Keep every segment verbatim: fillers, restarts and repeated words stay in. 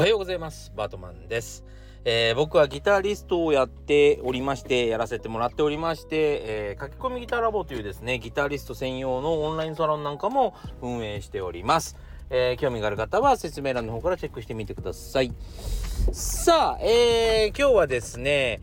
はようございます。バートマンです。えー、僕はギタリストをやっておりましてやらせてもらっておりまして、えー、書き込みギターラボというですねギタリスト専用のオンラインサロンなんかも運営しております。えー、興味がある方は説明欄の方からチェックしてみてください。さあ、えー、今日はですね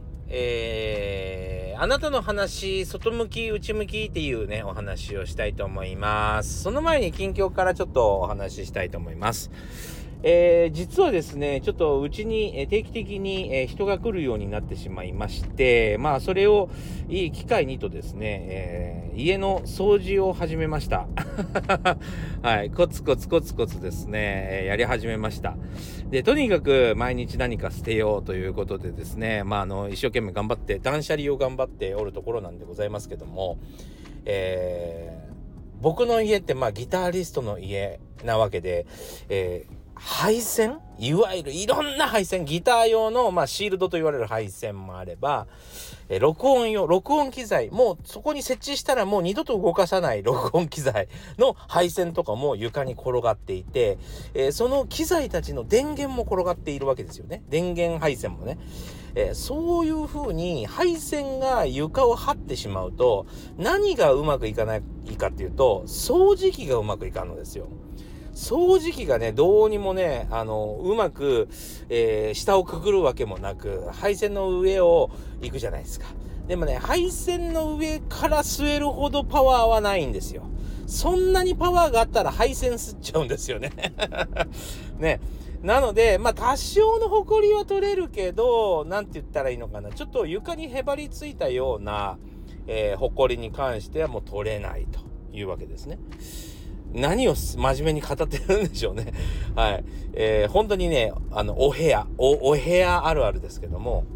えー、あなたの話外向き内向きっていうねお話をしたいと思います。その前に近況からちょっとお話ししたいと思います。えー、実はですねちょっとうちに、えー、定期的に、えー、人が来るようになってしまいまして、まあそれをいい機会にとですね、えー、家の掃除を始めましたはい、コツコツコツコツですね、えー、やり始めました。でとにかく毎日何か捨てようということでですね、まああの一生懸命頑張って断捨離を頑張っておるところなんでございますけども、えー、僕の家ってまあギタリストの家なわけで、えー配線いわゆるいろんな配線ギター用の、まあ、シールドと言われる配線もあれば、え録音用録音機材もうそこに設置したらもう二度と動かさない録音機材の配線とかも床に転がっていて、えー、その機材たちの電源も転がっているわけですよね。電源配線もね、えー、そういう風に配線が床を張ってしまうと何がうまくいかないかっていうと掃除機がうまくいかんのですよ。掃除機がねどうにもねあのうまく、えー、下をくぐるわけもなく配線の上を行くじゃないですか。でもね配線の上から吸えるほどパワーはないんですよ。そんなにパワーがあったら配線吸っちゃうんですよねね。なのでまあ多少のホコリは取れるけどなんて言ったらいいのかな、ちょっと床にへばりついたような、えー、ホコリに関してはもう取れないというわけですね。何を真面目に語ってるんでしょうねはい、えー、本当にねあのお部屋お、お部屋あるあるですけども、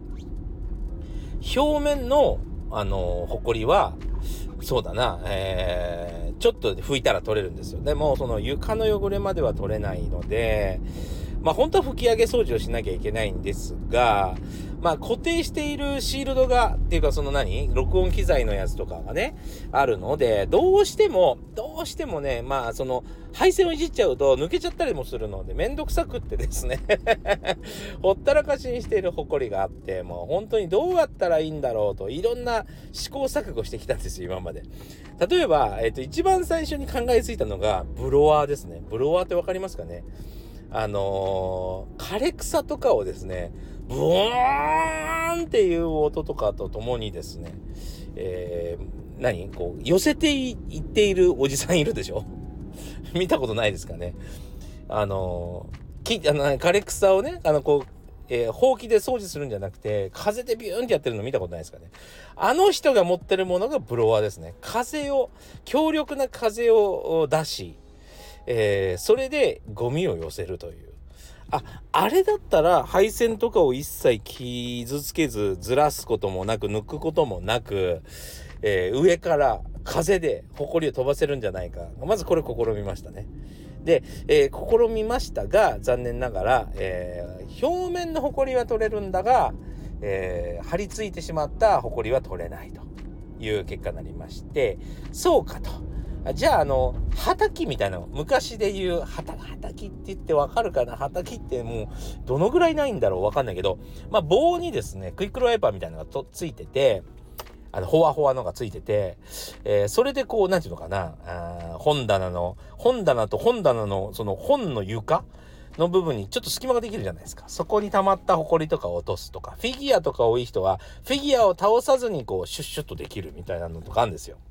表面のあのホコリはそうだな、えー、ちょっと拭いたら取れるんですよ。でもその床の汚れまでは取れないので、まあ本当は拭き上げ掃除をしなきゃいけないんですが、まあ固定しているシールドがっていうかその何録音機材のやつとかがねあるので、どうしてもどうしてもねまあその配線をいじっちゃうと抜けちゃったりもするのでめんどくさくってですねほったらかしにしているホコリがあって、もう本当にどうやったらいいんだろうといろんな試行錯誤してきたんですよ今まで。例えば、えっと、一番最初に考えついたのがブロワーですね。ブロワーってわかりますかね。あのー、枯れ草とかをですねブワーンっていう音とかとともにですね、えー、何こう寄せていっているおじさんいるでしょ見たことないですかね。あのー、きあの枯れ草をねあのこうえー、ほうきで掃除するんじゃなくて風でビューンってやってるの見たことないですかね。あの人が持ってるものがブロワーですね。風を強力な風を出し、えー、それでゴミを寄せるという。あ、あれだったら配線とかを一切傷つけずずらすこともなく抜くこともなく、えー、上から風でホコリを飛ばせるんじゃないか。まずこれ試みましたね。で、えー、試みましたが残念ながら、えー、表面のホコリは取れるんだが、えー、張り付いてしまったホコリは取れないという結果になりまして、そうかと。じゃああのはたきみたいなの昔で言うはたはたきって言ってわかるかな。はたきってもうどのぐらいないんだろうわかんないけど、まあ棒にですねクイックルワイパーみたいなのがとついてて、あのほわほわのがついてて、えー、それでこうなんていうのかな、あ本棚の本棚と本棚のその本の床の部分にちょっと隙間ができるじゃないですか。そこに溜まったホコリとかを落とすとか、フィギュアとか多い人はフィギュアを倒さずにこうシュッシュッとできるみたいなのとかあるんですよ。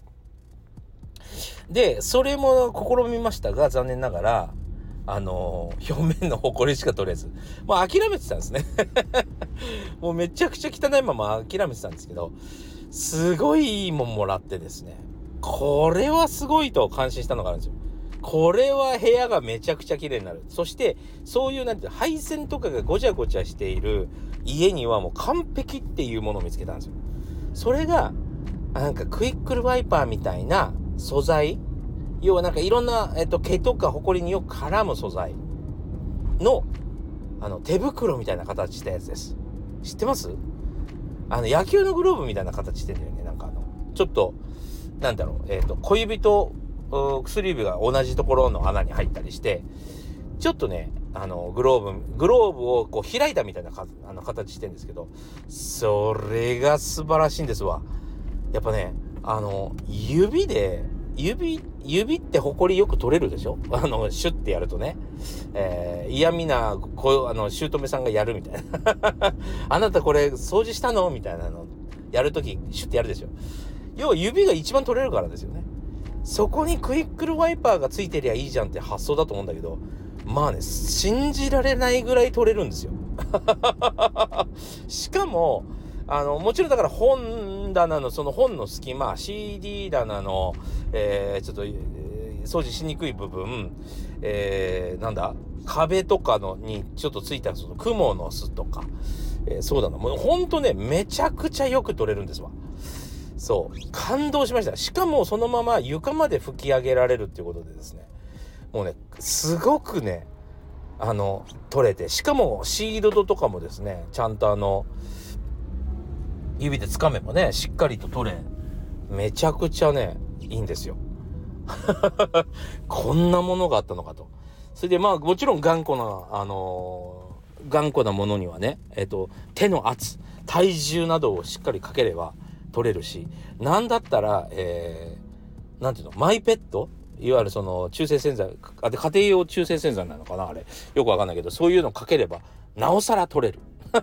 でそれも試みましたが残念ながらあのー、表面のホコリしか取れず、まあ諦めてたんですねもうめちゃくちゃ汚いまま諦めてたんですけど、すごいいいもんもらってですね、これはすごいと感心したのがあるんですよ。これは部屋がめちゃくちゃ綺麗になる。そしてそういうなんていう配線とかがごちゃごちゃしている家にはもう完璧っていうものを見つけたんですよ。それがなんかクイックルワイパーみたいな素材、要はなんかいろんな、えっと、毛とかホコリによく絡む素材のあの手袋みたいな形したやつです。知ってます？あの野球のグローブみたいな形してんだよね。なんかあのちょっとなんだろう、えっと小指と薬指が同じところの穴に入ったりして、ちょっとねあのグローブグローブをこう開いたみたいなかあの形してるんですけど、それが素晴らしいんですわ。やっぱね、あの指で指指ってホコリよく取れるでしょ、あのシュッてやるとね、えー、嫌味なこうあの姑さんがやるみたいなあなたこれ掃除したのみたいなのやるときシュッてやるでしょ。要は指が一番取れるからですよね。そこにクイックルワイパーがついてりゃいいじゃんって発想だと思うんだけど、まあね、信じられないぐらい取れるんですよしかもあのもちろんだから本棚のその本の隙間 シーディー 棚の、えー、ちょっと、えー、掃除しにくい部分、えー、なんだ壁とかのにちょっとついたそのクモの巣とか、えー、そうだな、もうほんとねめちゃくちゃよく取れるんですわ。そう感動しました。しかもそのまま床まで拭き上げられるっていうことでですね、もうねすごくねあの取れて、しかもシールドとかもですねちゃんとあの指で掴めばねしっかりと取れ、めちゃくちゃねいいんですよこんなものがあったのかと。それでまあもちろん頑固なあのー、頑固なものにはね、えっと手の圧体重などをしっかりかければ取れるし、なんだったら、えー、なんていうのマイペット、いわゆるその中性洗剤、あで家庭用中性洗剤なのかな、あれよくわかんないけど、そういうのかければなおさら取れる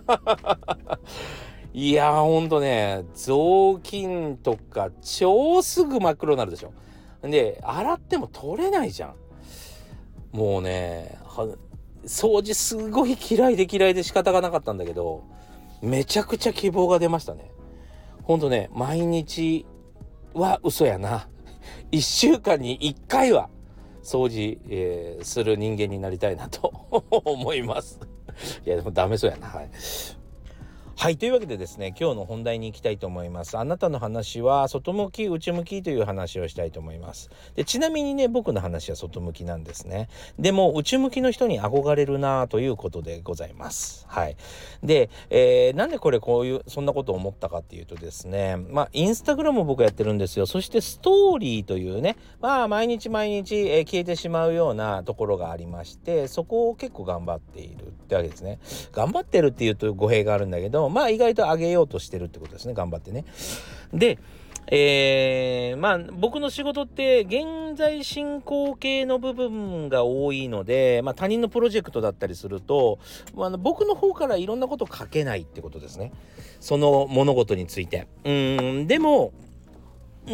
いやーほんとね、雑巾とか超すぐ真っ黒になるでしょ。で洗っても取れないじゃん。もうね掃除すごい嫌いで嫌いで仕方がなかったんだけど、めちゃくちゃ希望が出ましたね。ほんとね、毎日は嘘やな。いっしゅうかんにいっかいは掃除、えー、する人間になりたいなと思います。いやでもダメそうやな。はい。はい、というわけでですね、今日の本題に行きたいと思います。あなたの話は外向き内向きという話をしたいと思います。でちなみにね、僕の話は外向きなんですね。でも内向きの人に憧れるなということでございます。はい。で、えー、なんでこれこういうそんなことを思ったかっていうとですね、まあインスタグラムを僕やってるんですよ。そしてストーリーというね、まあ毎日毎日、えー、消えてしまうようなところがありまして、そこを結構頑張っているってわけですね。頑張ってるっていうと語弊があるんだけど、まあ意外と上げようとしてるってことですね。頑張ってね。で、えー、まあ僕の仕事って現在進行形の部分が多いので、まあ他人のプロジェクトだったりすると、あの僕の方からいろんなことを書けないってことですね。その物事について。うーん、でも、うん、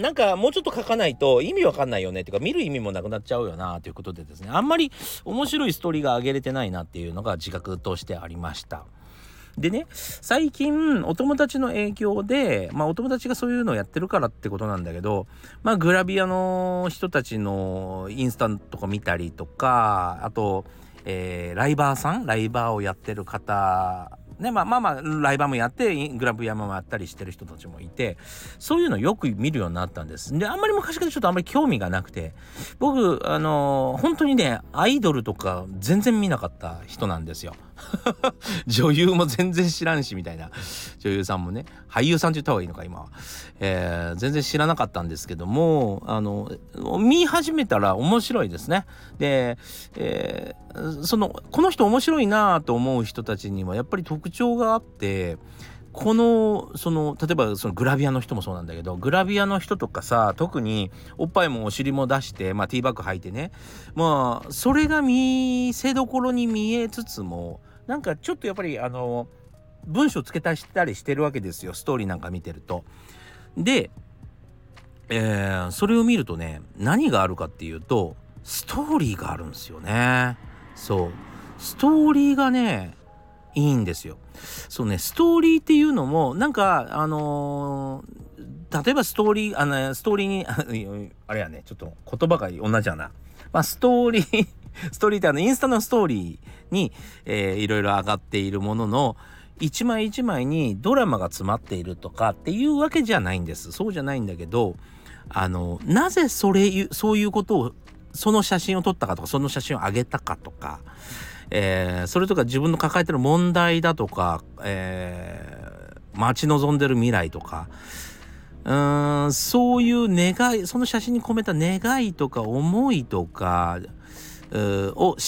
なんかもうちょっと書かないと意味わかんないよねっていうか、見る意味もなくなっちゃうよなということでですね、あんまり面白いストーリーが上げれてないなっていうのが自覚としてありました。でね、最近お友達の影響で、まあお友達がそういうのをやってるからってことなんだけど、まあグラビアの人たちのインスタとか見たりとか、あと、えー、ライバーさんライバーをやってる方ね、まあまあまあライバーもやってグラビアもやったりしてる人たちもいて、そういうのよく見るようになったんです。であんまり昔からちょっとあんまり興味がなくて、僕あのー、本当にねアイドルとか全然見なかった人なんですよ女優も全然知らんしみたいな、女優さんもね、俳優さんって言った方がいいのか今は、えー、全然知らなかったんですけども、あの見始めたら面白いですね。で、えー、そのこの人面白いなと思う人たちにはやっぱり特徴があって、このその例えばそのグラビアの人もそうなんだけど、グラビアの人とかさ、特におっぱいもお尻も出して、まあ、ティーバッグ履いてね、まあそれが見せどころに見えつつも、なんかちょっとやっぱりあの文章つけたりしたりしてるわけですよ、ストーリーなんか見てると。で、えー、それを見るとね、何があるかっていうとストーリーがあるんですよね。そうストーリーがねいいんですよ。そうね、ストーリーっていうのもなんかあのー、例えばストーリーあのストーリーにあれやね、ちょっと言葉が同じやな。まあストーリーストーリーってあのインスタのストーリーに、えー、いろいろ上がっているものの一枚一枚にドラマが詰まっているとかっていうわけじゃないんです。そうじゃないんだけど、あのなぜそれそういうことをその写真を撮ったかとか、その写真を上げたかとか、えー、それとか自分の抱えてる問題だとか、えー、待ち望んでる未来とか、うーんそういう願い、その写真に込めた願いとか思いとかをしっ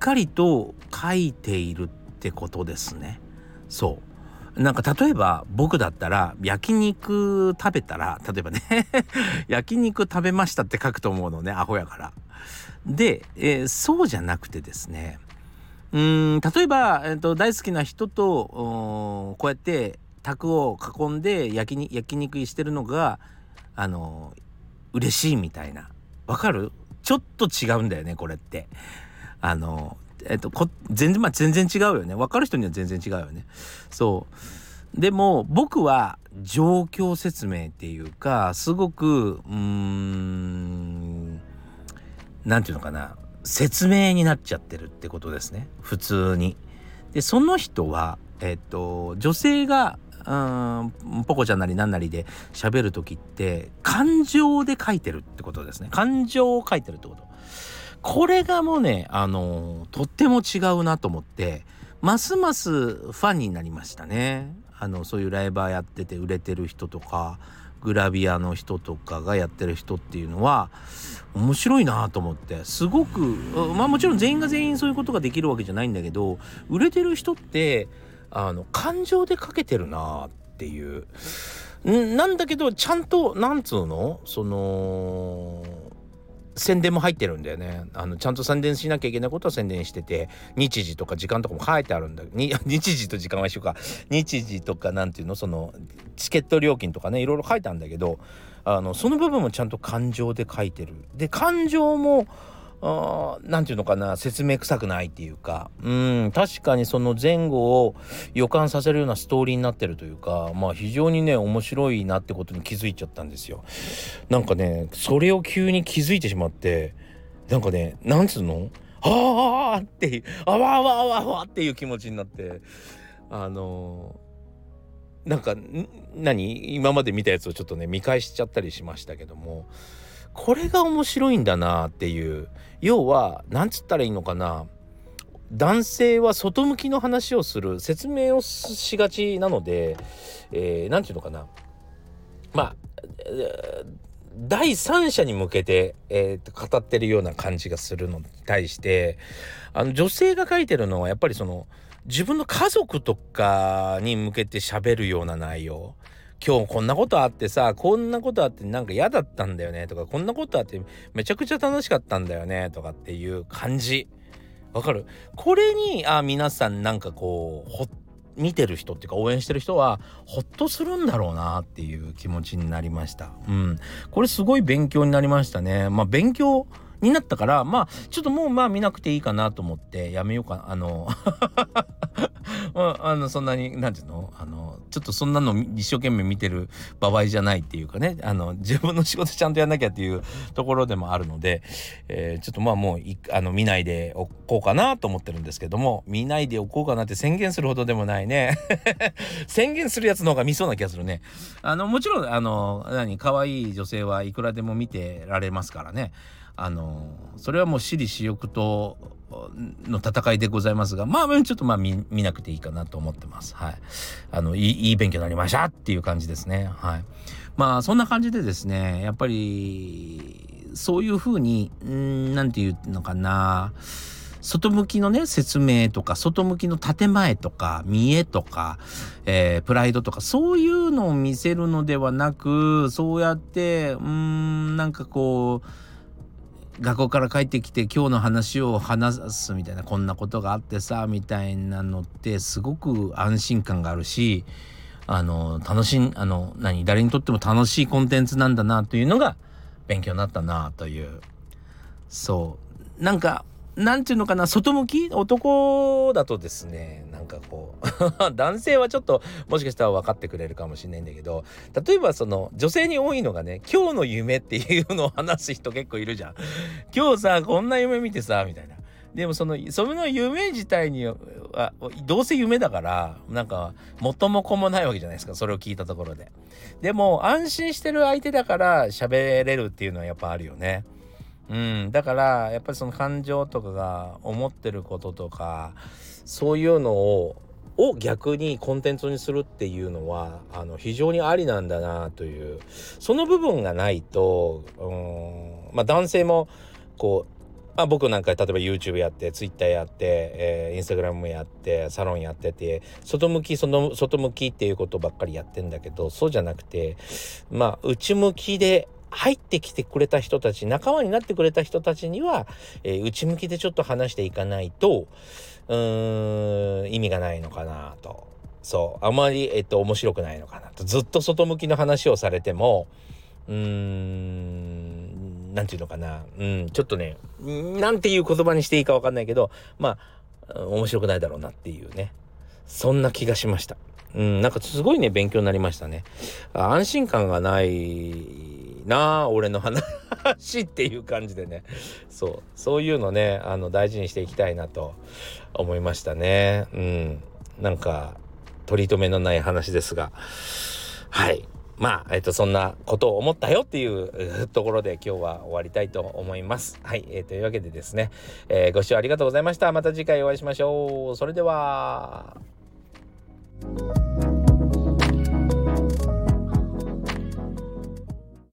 かりと書いているってことですね。そうなんか例えば僕だったら焼肉食べたら例えばね焼肉食べましたって書くと思うのね、アホやから。で、えー、そうじゃなくてですね、うーん例えば、えー、と大好きな人とこうやって卓を囲んで焼きに焼肉してるのがあの嬉しいみたいな、わかる？ちょっと違うんだよねこれって。あのえっとこ全然まあ全然違うよね。わかる人には全然違うよね。そうでも僕は状況説明っていうか、すごくうーんなんていうのかな、説明になっちゃってるってことですね、普通に。でその人はえっと女性がうーんポコちゃんなりなんなりで喋る時って感情で書いてるってことですね。感情を書いてるってこと。これがもうねあのとっても違うなと思って、ますますファンになりましたね。あのそういうライバーやってて売れてる人とかグラビアの人とかがやってる人っていうのは面白いなと思って、すごくまあもちろん全員が全員そういうことができるわけじゃないんだけど、売れてる人ってあの感情で書けてるなっていう、んなんだけどちゃんとなんつうのその宣伝も入ってるんだよね。あのちゃんと宣伝しなきゃいけないことは宣伝してて、日時とか時間とかも書いてあるんだ。に日時と時間は一緒か。日時とかなんていうの、そのチケット料金とかね、いろいろ書いてあるんだけど、あのその部分もちゃんと感情で書いてる。で感情もあなんていうのかな、説明臭くないっていうか、うん確かにその前後を予感させるようなストーリーになってるというか、まあ非常にね面白いなってことに気づいちゃったんですよ。なんかねそれを急に気づいてしまって、なんかねなんつうのあーっていうあわあわあわあわっていう気持ちになって、あのー、なんかん何今まで見たやつをちょっとね見返しちゃったりしましたけども、これが面白いんだなっていう。要はなんつったらいいのかな、男性は外向きの話をする説明をしがちなので、えー、なんていうのかな、まあ、えー、第三者に向けて、えー、語ってるような感じがするのに対して、あの女性が書いてるのはやっぱりその自分の家族とかに向けて喋るような内容。今日こんなことあってさ、こんなことあってなんか嫌だったんだよねとか、こんなことあってめちゃくちゃ楽しかったんだよねとかっていう感じ。わかる？これにあ皆さんなんかこうほ見てる人っていうか応援してる人はほっとするんだろうなっていう気持ちになりました。うん、これすごい勉強になりましたね。まあ勉強になったから、まあちょっともうまあ見なくていいかなと思ってやめようかあのまあ、あのそんなになんていうのあのちょっとそんなの一生懸命見てる場合じゃないっていうかね、あの自分の仕事ちゃんとやんなきゃっていうところでもあるので、えー、ちょっとまあもういあの見ないでおこうかなと思ってるんですけども、見ないでおこうかなって宣言するほどでもないね宣言するやつの方が見そうな気がするね。あのもちろんあの何可愛い女性はいくらでも見てられますからね。あのそれはもう私利私欲との戦いでございますが、まあちょっとまあ 見, 見なくていいかなと思ってます。はい、あのいいいい勉強になりましたっていう感じですね。はい、まあそんな感じでですね、やっぱりそういう風にんなんていうのかな、外向きのね説明とか外向きの建前とか見栄とか、えー、プライドとかそういうのを見せるのではなく、そうやってうーんなんかこう学校から帰ってきて今日の話を話すみたいな、こんなことがあってさみたいなのってすごく安心感があるし、あの楽しいあの何誰にとっても楽しいコンテンツなんだなというのが勉強になったなという。そうなんかなんていうのかな、外向き男だとですね、なんかこう男性はちょっともしかしたら分かってくれるかもしれないんだけど、例えばその女性に多いのがね、今日の夢っていうのを話す人結構いるじゃん。今日さこんな夢見てさみたいな。でもそのその夢自体にはどうせ夢だからなんか元も子もないわけじゃないですか、それを聞いたところで。でも安心してる相手だから喋れるっていうのはやっぱあるよね。うん、だからやっぱりその感情とかが思ってることとかそういうのをを逆にコンテンツにするっていうのはあの非常にありなんだなという、その部分がないとうーん、まあ、男性もこまあ、僕なんか例えば YouTube やって Twitter やって、えー、Instagram やってサロンやってて外向きその外向きっていうことばっかりやってんだけど、そうじゃなくてまあ内向きで入ってきてくれた人たち、仲間になってくれた人たちには、えー、内向きでちょっと話していかないとうーん意味がないのかなと。そうあまり、えっと、面白くないのかなと。ずっと外向きの話をされてもうーんなんていうのかな、うん、ちょっとね、なんていう言葉にしていいかわかんないけど、まあ面白くないだろうなっていうね、そんな気がしました。うん、なんかすごいね勉強になりましたね。安心感がないなあ俺の話っていう感じでね、そうそういうのねあの大事にしていきたいなと思いましたね。うん、なんか取り留めのない話ですが、はい。まあ、えっと、そんなことを思ったよっていうところで今日は終わりたいと思います。はい。えー、というわけでですね、えー、ご視聴ありがとうございました。また次回お会いしましょう。それでは。